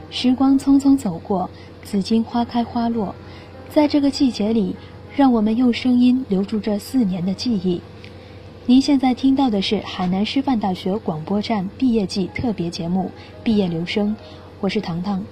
时光匆匆走过，紫荆花开花落，在这个季节里，让我们用声音留住这4年的记忆。您现在听到的是海南师范大学广播站毕业季特别节目《毕业留声》，我是糖糖。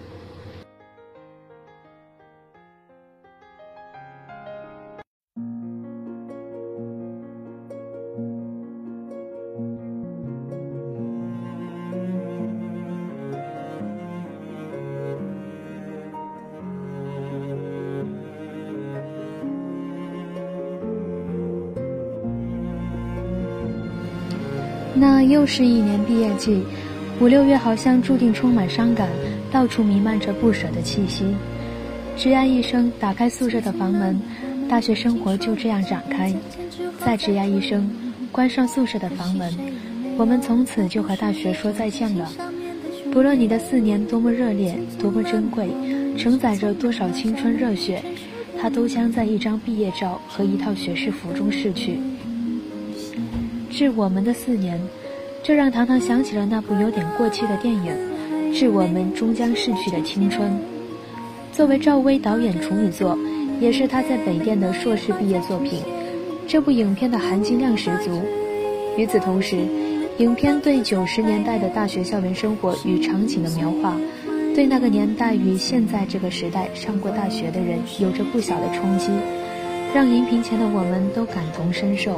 那又是1年毕业季，5、6月好像注定充满伤感，到处弥漫着不舍的气息。吱呀一声，打开宿舍的房门，大学生活就这样展开。再吱呀一声，关上宿舍的房门，我们从此就和大学说再见了。不论你的4年多么热烈，多么珍贵，承载着多少青春热血，它都将在一张毕业照和一套学士服中逝去。致我们的4年，这让糖糖想起了那部有点过气的电影《致我们终将逝去的青春》。作为赵薇导演处女作，也是她在北电的硕士毕业作品，这部影片的含金量十足。与此同时，影片对90年代的大学校园生活与场景的描画，对那个年代与现在这个时代上过大学的人有着不小的冲击，让荧屏前的我们都感同身受。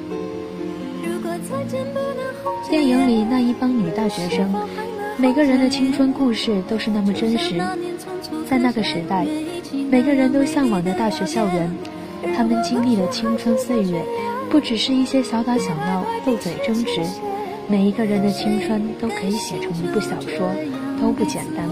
电影里那一帮女大学生，每个人的青春故事都是那么真实。在那个时代，每个人都向往着大学校园，他们经历了青春岁月，不只是一些小打小闹、斗嘴争执，每一个人的青春都可以写成一部小说，都不简单。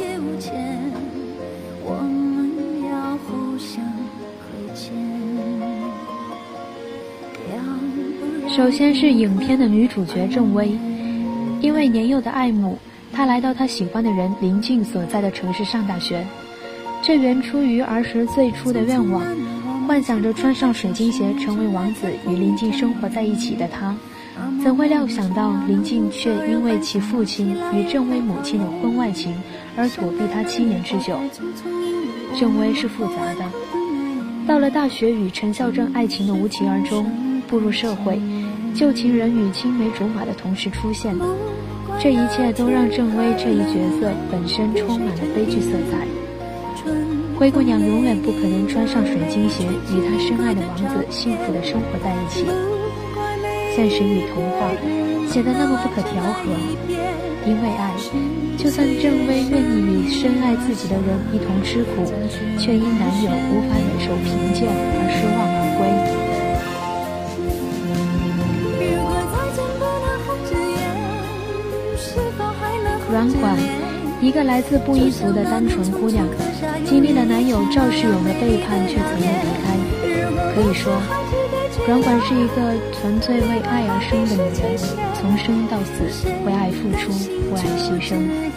首先是影片的女主角郑薇，因为年幼的爱慕，她来到她喜欢的人林静所在的城市上大学。这源出于儿时最初的愿望，幻想着穿上水晶鞋成为王子，与林静生活在一起的她，怎会料想到林静却因为其父亲与郑薇母亲的婚外情而躲避她7年之久。郑薇是复杂的，到了大学与陈孝正爱情的无疾而终，步入社会，旧情人与青梅竹马的同时出现，这一切都让郑薇这一角色本身充满了悲剧色彩。灰姑娘永远不可能穿上水晶鞋与她深爱的王子幸福地生活在一起，现实与童话显得那么不可调和。因为爱，就算郑薇愿意与深爱自己的人一同吃苦，却因男友无法忍受贫贱而失望而归。软管，一个来自布依族的单纯姑娘，经历了男友赵世勇的背叛，却从未离开。可以说，软管是一个纯粹为爱而生的女人，从生到死，为爱付出，为爱牺牲。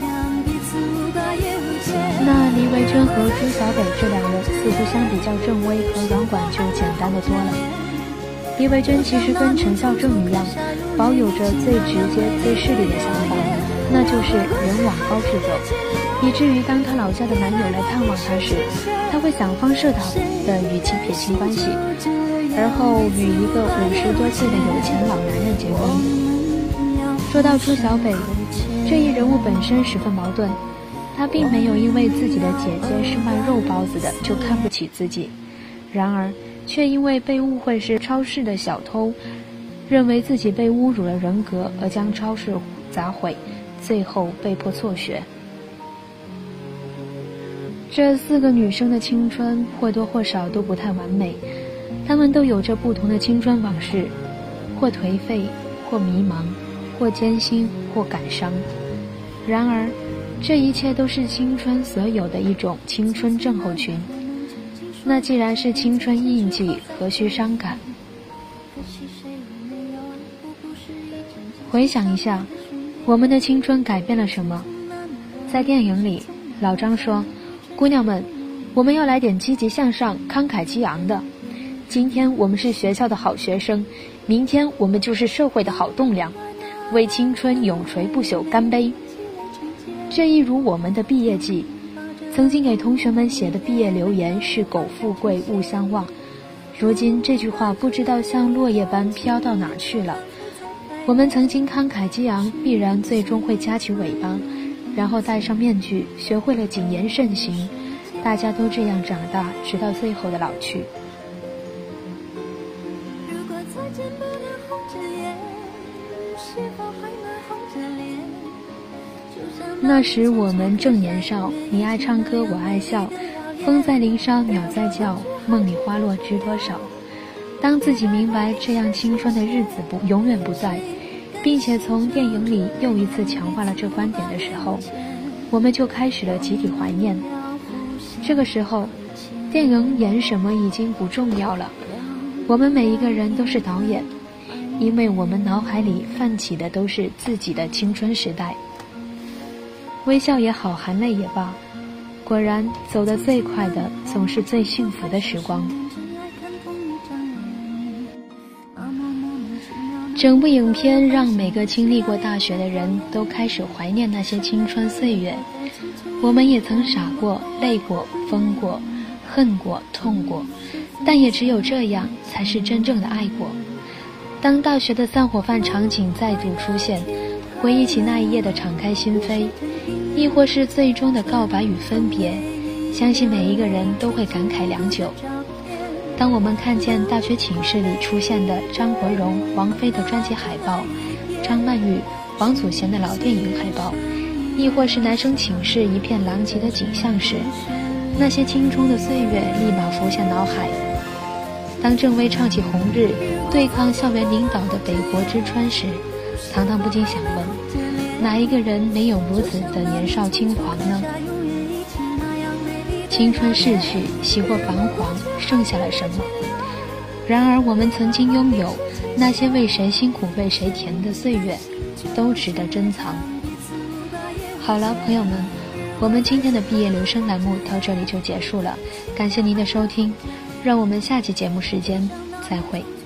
那黎维娟和朱小北这2人似乎相比较郑薇和软管就简单的多了。黎维娟其实跟陈孝正一样，保有着最直接最势利的想法，那就是人往高处走，以至于当她老家的男友来探望她时，她会想方设法的与其撇清关系，而后与一个50多岁的有钱老男人结婚。说到朱小北，这一人物本身十分矛盾，他并没有因为自己的姐姐是卖肉包子的就看不起自己，然而却因为被误会是超市的小偷，认为自己被侮辱了人格而将超市砸毁，最后被迫辍学。这4个女生的青春或多或少都不太完美，她们都有着不同的青春往事，或颓废，或迷茫，或艰辛，或感伤。然而这一切都是青春所有的一种青春症候群。那既然是青春印记，何须伤感？回想一下，我们的青春改变了什么？在电影里，老张说，姑娘们，我们要来点积极向上、慷慨激昂的。今天我们是学校的好学生，明天我们就是社会的好栋梁，为青春永垂不朽干杯。 这一如我们的毕业季，曾经给同学们写的毕业留言是苟富贵勿相忘，如今这句话不知道像落叶般飘到哪去了。我们曾经慷慨激昂，必然最终会夹起尾巴，然后戴上面具，学会了谨言慎行。大家都这样长大，直到最后的老去。如果再见不能红着脸，是否还能红着脸？那时我们正年少，你爱唱歌，我爱笑，风在林梢，鸟在叫，梦里花落知多少。当自己明白这样青春的日子永远不在，并且从电影里又一次强化了这观点的时候，我们就开始了集体怀念。这个时候，电影演什么已经不重要了，我们每一个人都是导演，因为我们脑海里泛起的都是自己的青春时代。微笑也好，含泪也罢，果然走得最快的总是最幸福的时光。整部影片让每个经历过大学的人都开始怀念那些青春岁月。我们也曾傻过，累过，疯过，恨过，痛过，但也只有这样才是真正的爱过。当大学的散伙饭场景再度出现，回忆起那一夜的敞开心扉，亦或是最终的告白与分别，相信每一个人都会感慨良久。当我们看见大学寝室里出现的张国荣、王菲的专辑海报，张曼玉、王祖贤的老电影海报，亦或是男生寝室一片狼藉的景象时，那些青葱的岁月立马浮现脑海。当郑薇唱起红日对抗校园领导的北国之川时，堂堂不禁想问，哪一个人没有如此的年少轻狂呢？青春逝去，喜过繁华，剩下了什么？然而我们曾经拥有那些为谁辛苦为谁甜的岁月，都值得珍藏。好了，朋友们，我们今天的毕业留声栏目到这里就结束了，感谢您的收听，让我们下期节目时间再会。